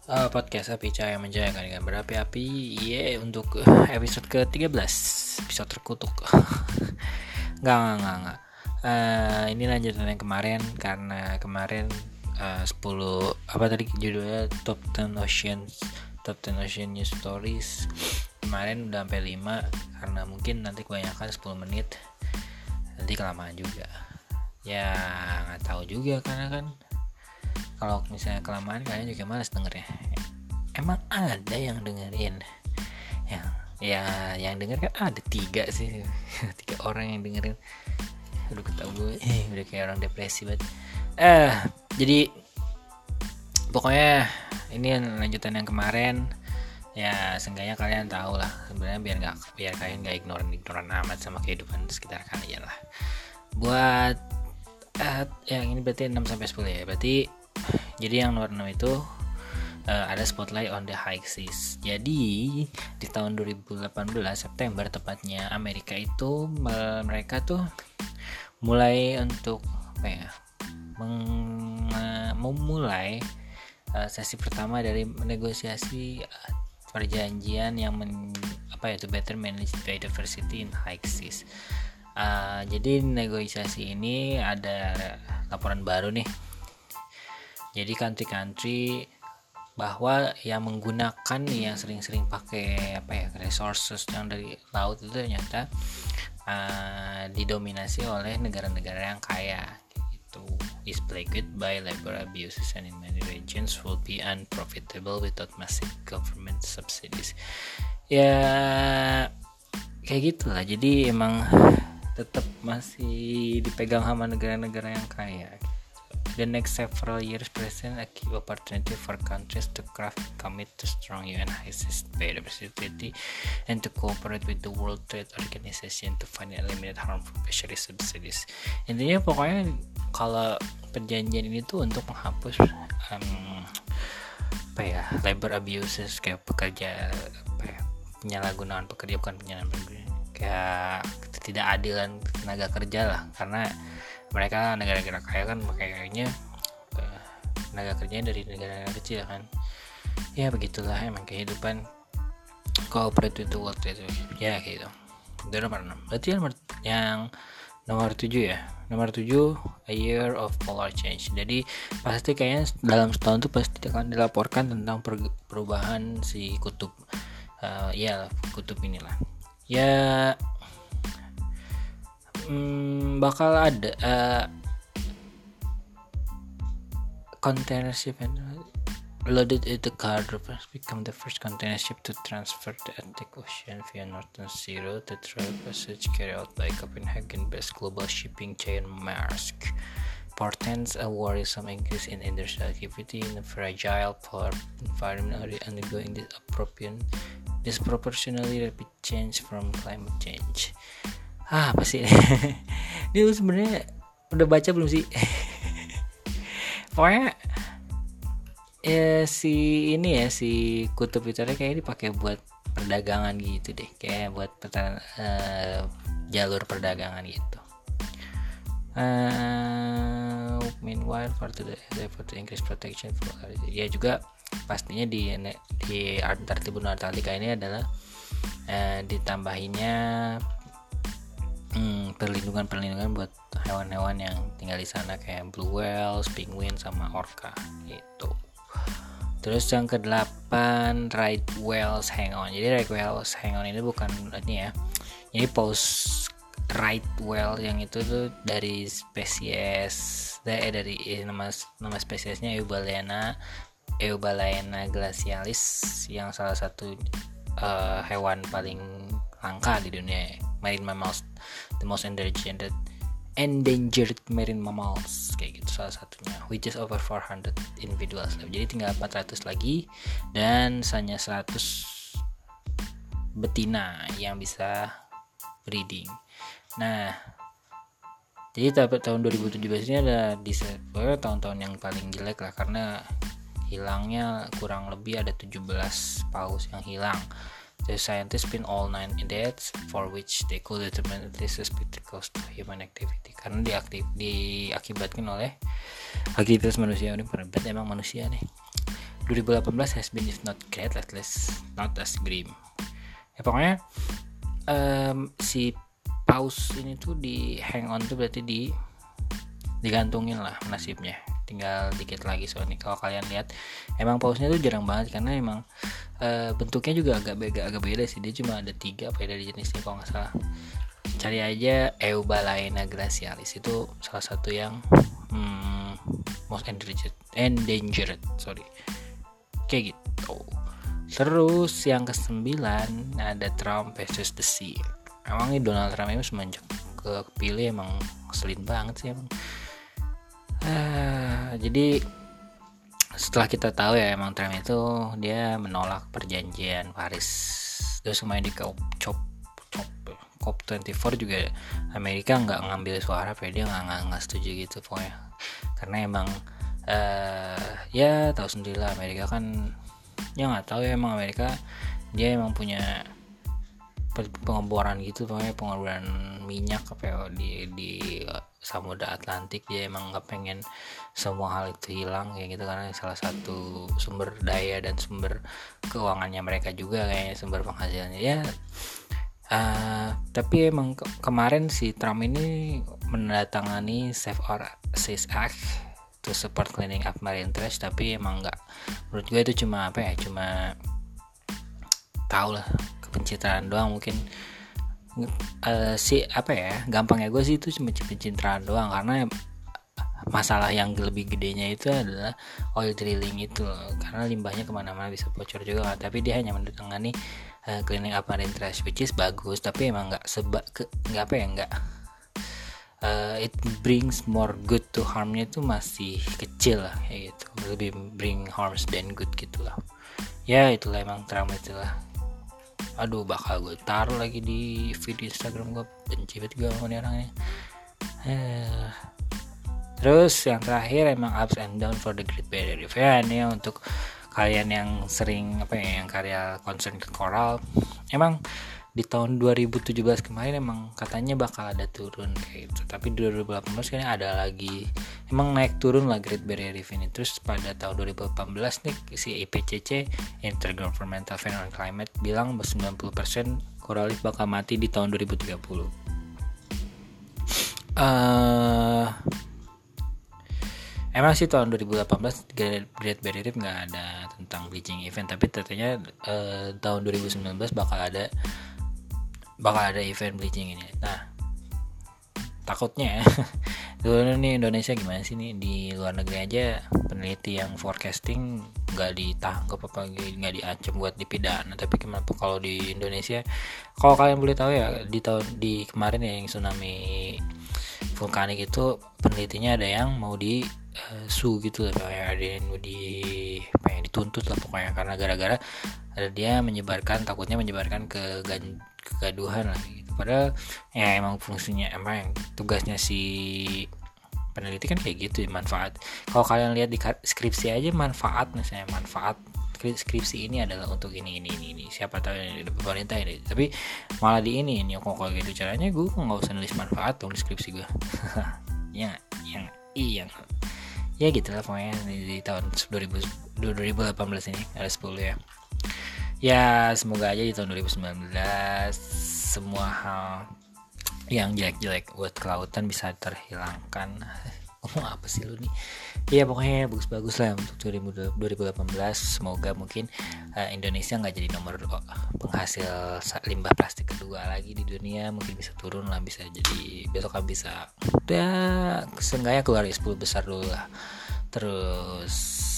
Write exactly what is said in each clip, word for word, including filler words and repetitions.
Uh, podcast Api Cahaya Menjayakan dengan berapi-api. Ye, untuk uh, episode ke tiga belas, episode terkutuk. Enggak, enggak, enggak, enggak. Uh, ini lanjutan yang kemarin, karena kemarin uh, sepuluh apa tadi judulnya Top ten Oceans Top ten Ocean News Stories. Kemarin udah sampai lima, karena mungkin nanti kebanyakan sepuluh menit. Nanti kelamaan juga. Ya, enggak tahu juga, karena kan kalau misalnya kelamaan kalian juga malas dengernya. Emang ada yang dengerin? Yang ya yang denger kan ada tiga sih, tiga orang yang dengerin. Udah ketau gue, eh, udah kayak orang depresi banget. Eh, jadi pokoknya ini lanjutan yang kemarin. Ya seenggaknya kalian tahu lah. Sebenarnya biar nggak biar kalian nggak ignoran ignoran amat sama kehidupan sekitar kalian lah. Buat uh, yang ini berarti enam sampai sepuluh ya. Berarti jadi yang nomor enam itu uh, ada Spotlight on the High Seas. Jadi di tahun dua ribu delapan belas September tepatnya, Amerika itu me- mereka tuh mulai untuk apa ya? Meng- uh, memulai uh, sesi pertama dari negosiasi uh, perjanjian yang men- apa ya itu better manage biodiversity in high seas. Uh, jadi negosiasi ini ada laporan baru nih. Jadi country-country bahwa yang menggunakan yang sering-sering pakai apa ya resources yang dari laut itu ternyata uh, didominasi oleh negara-negara yang kaya gitu. Is plagued by labor abuses and in many regions will be unprofitable without massive government subsidies. Ya kayak gitulah. Jadi emang tetap masih dipegang sama negara-negara yang kaya. The next several years present a key opportunity for countries to craft commit to strong U N high seas biodiversity and to cooperate with the World Trade Organization to find and eliminate harmful fishery subsidies. Intinya pokoknya kalau perjanjian ini tuh untuk menghapus um, apa ya labor abuses kayak pekerja apa ya, penyalahgunaan pekerja bukan penyalahgunaan pekerja kayak ketidakadilan tenaga kerja lah, karena mereka negara-negara kaya kan makanya uh, tenaga kerjanya dari negara-negara kecil kan. Ya begitulah emang kehidupan cooperate with the world itu ya gitu. Itu nomor enam. Berarti nomor yang nomor tujuh ya. Nomor tujuh, a year of polar change. Jadi pasti kayaknya dalam setahun tuh pasti akan dilaporkan tentang per- perubahan si kutub uh, ya kutub inilah. Ya Hmm, bakal ada uh, container ship and loaded at the cargo become the first container ship to transfer the Arctic Ocean via Northern Zero, the trail passage carried out by Copenhagen-based global shipping giant Maersk portends a worrisome increase in industrial activity in a fragile polar environment undergoing this appropriate disproportionately rapid change from climate change. Ah, apa sih? Ini lu sebenarnya udah baca belum sih? Pokoknya ya si ini ya si kutub itu kayaknya dipakai buat perdagangan gitu deh, kayak buat petan, uh, jalur perdagangan gitu. Uh, meanwhile, for the effort to increase protection for ya juga pastinya di di Antartika benua Antartika ini adalah uh, ditambahinya Hmm, perlindungan-perlindungan buat hewan-hewan yang tinggal di sana kayak blue whales, penguin sama orca gitu. Terus yang kedelapan, right whales hang on. Jadi right whales hang on ini bukan ini ya. Ini post right whale yang itu tuh dari spesies eh, dari eh, nama nama spesiesnya Eubalaena Eubalaena glacialis yang salah satu uh, hewan paling langka di dunia, marine mammals, the most endangered endangered marine mammals kayak gitu salah satunya, which is over four hundred individuals. Jadi tinggal empat ratus lagi dan hanya seratus betina yang bisa breeding. Nah, jadi tahun dua ribu tujuh belas ini ada di tahun-tahun yang paling jelek lah, karena hilangnya kurang lebih ada tujuh belas paus yang hilang. The scientists pin all nine deaths for which they could determine at least suspect cause to human activity, karena diaktif, diakibatkan oleh aktivitas manusia. Ini berat emang manusia nih. dua ribu delapan belas has been if not great at least not as grim. Ya pokoknya um, si paus ini tuh di hang on tuh berarti di digantungin lah nasibnya, tinggal dikit lagi. Soalnya kalau kalian lihat emang pausnya tuh jarang banget karena emang uh, bentuknya juga agak beda agak beda sih. Dia cuma ada tiga apa ya dari jenisnya kalau nggak salah. Cari aja Eubalaena glacialis, itu salah satu yang hmm, most endangered endangered sorry kayak gitu. Terus yang kesembilan ada Trump versus the Sea. Emang ini Donald Trump itu semenjak kepilih emang ngeselin banget sih emang. Ah, jadi setelah kita tahu ya emang Trump itu dia menolak perjanjian Paris, terus kemarin di COP COP dua puluh empat juga Amerika nggak ngambil suara, dia nggak nggak setuju gitu pokoknya. Karena emang uh, ya tahu sendiri lah Amerika kan, ya nggak tahu ya emang Amerika dia emang punya pengeboran gitu, pokoknya pengeboran minyak apa ya, di di Samudra Atlantik. Dia emang nggak pengen semua hal itu hilang kayak gitu, karena salah satu sumber daya dan sumber keuangannya mereka juga kayaknya, sumber penghasilannya ya. Uh, tapi emang ke- kemarin si Trump ini menandatangani Save Our Seas Act to support cleaning up marine trash, tapi emang nggak, menurut gue itu cuma apa ya, cuma tau lah pencitraan doang mungkin. Uh, si apa ya, gampangnya gue sih itu cuma pencitraan doang, karena masalah yang lebih gedenya itu adalah oil drilling itu loh, karena limbahnya kemana-mana bisa bocor juga kan. Tapi dia hanya mendatangani uh, cleaning up marine trash, which is bagus, tapi emang nggak seba ke nggak apa ya nggak uh, it brings more good to harmnya itu masih kecil lah kayak gitu, lebih bring harms than good gitulah ya. Itulah emang Trump itulah. Aduh, bakal gue taruh lagi di feed Instagram gue, benci banget gue sama orangnya. eh. Terus yang terakhir emang ups and down for the Great Barrier Reef ya. Ini untuk kalian yang sering apa ya, yang karya concern ke koral, emang di tahun dua ribu tujuh belas kemarin emang katanya bakal ada turun kayak gitu, tapi dua ribu delapan belas kayaknya ada lagi emang naik turun lah Great Barrier Reef ini. Terus pada tahun dua ribu delapan belas nih si I P C C Intergovernmental Panel on Climate bilang bahwa sembilan puluh persen coral reef bakal mati di tahun dua ribu tiga puluh. Uh, Emang sih tahun dua ribu delapan belas Great Barrier Reef nggak ada tentang bleaching event, tapi ternyata eh, tahun dua ribu sembilan belas bakal ada bakal ada event bleaching ini. Nah, takutnya dulu nih Indonesia gimana sih nih, di luar negeri aja peneliti yang forecasting nggak ditangkap apa nggak diancam buat dipidana, tapi kenapa kalau di Indonesia, kalau kalian boleh tahu ya, di tahun di kemarin ya yang tsunami vulkanik itu penelitinya ada yang mau di uh, su gitu lah, kayak ada yang mau di apa ya, dituntut lah pokoknya, karena gara-gara ada dia menyebarkan, takutnya menyebarkan ke kegaduhan lah gitu. Padahal ya emang fungsinya, emang tugasnya si peneliti kan kayak gitu ya, manfaat. Kalau kalian lihat di skripsi aja manfaat, misalnya manfaat skripsi ini adalah untuk ini ini ini, ini. Siapa tahu ini pemerintah ini, tapi malah di ini ini kok kayak gitu caranya, gue nggak usah nulis manfaat dong di skripsi gue. ya yang iya ya gitulah pokoknya di, di tahun dua ribu delapan belas ini ada sepuluh ya. Ya semoga aja di tahun dua ribu sembilan belas semua hal yang jelek-jelek buat kelautan bisa terhilangkan. Ngomong apa sih lu nih? Ya pokoknya bagus-bagus lah untuk dua ribu delapan belas. Semoga mungkin uh, Indonesia nggak jadi nomor oh, penghasil limbah plastik kedua lagi di dunia. Mungkin bisa turun lah, bisa jadi besok kan bisa ya seenggaknya keluar dari sepuluh besar dulu lah. Terus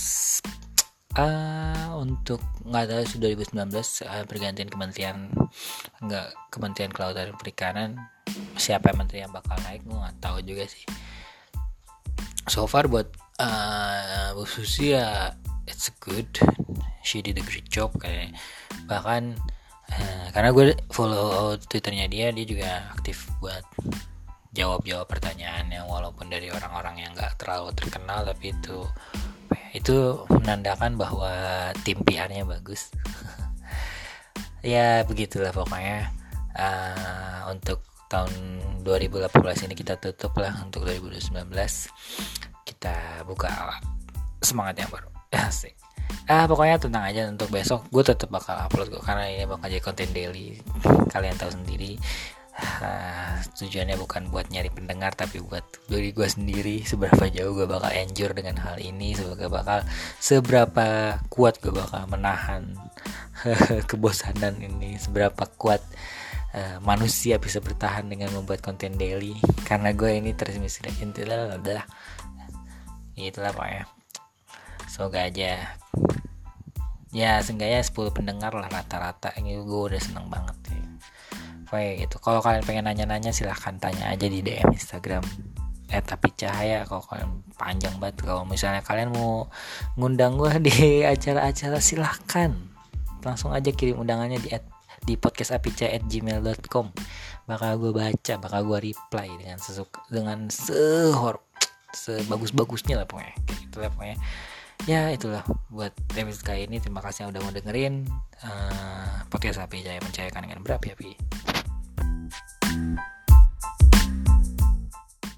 uh, untuk nggak tahu dua ribu sembilan belas uh, pergantian kementerian, nggak Kementerian Kelautan dan Perikanan, siapa menteri yang bakal naik gue nggak tahu juga sih. So far buat uh, Bu Susi ya it's good, she did a great job kayak. Bahkan uh, karena gue follow twitternya dia, dia juga aktif buat jawab-jawab pertanyaan yang walaupun dari orang-orang yang gak terlalu terkenal, tapi itu itu menandakan bahwa tim P R-nya bagus. Ya begitulah pokoknya. Uh, untuk tahun dua ribu delapan belas ini kita tutup lah. Untuk dua ribu sembilan belas kita buka semangat yang baru. Asik. Ah pokoknya tenang aja, untuk besok gue tetap bakal upload kok, karena ini bakal jadi konten daily. Kalian tahu sendiri, uh, tujuannya bukan buat nyari pendengar, tapi buat diri gue sendiri. Seberapa jauh gue bakal enjoy dengan hal ini, seberapa bakal seberapa kuat gue bakal menahan kebosanan ini, seberapa kuat uh, manusia bisa bertahan dengan membuat konten daily. Karena gue ini terinspirasi itulah adalah itulah pokoknya. Semoga aja ya seenggaknya sepuluh pendengar lah rata-rata. Ini gue udah seneng banget ya. Kayak gitu. Kalau kalian pengen nanya-nanya silahkan tanya aja di D M Instagram et api cahaya. Kalau kalian panjang banget, kalau misalnya kalian mau ngundang gue di acara-acara silahkan langsung aja kirim undangannya di di podcast api cahaya at gmail dot com. Bakal gue baca, bakal gue reply dengan sesuka, dengan sehor sebagus-bagusnya lah pokoknya. Itulah pokoknya. Ya itulah buat episode kali ini. Terima kasih yang udah mau dengerin uh, podcast Api Jaya, mencairkan dengan berapi-api.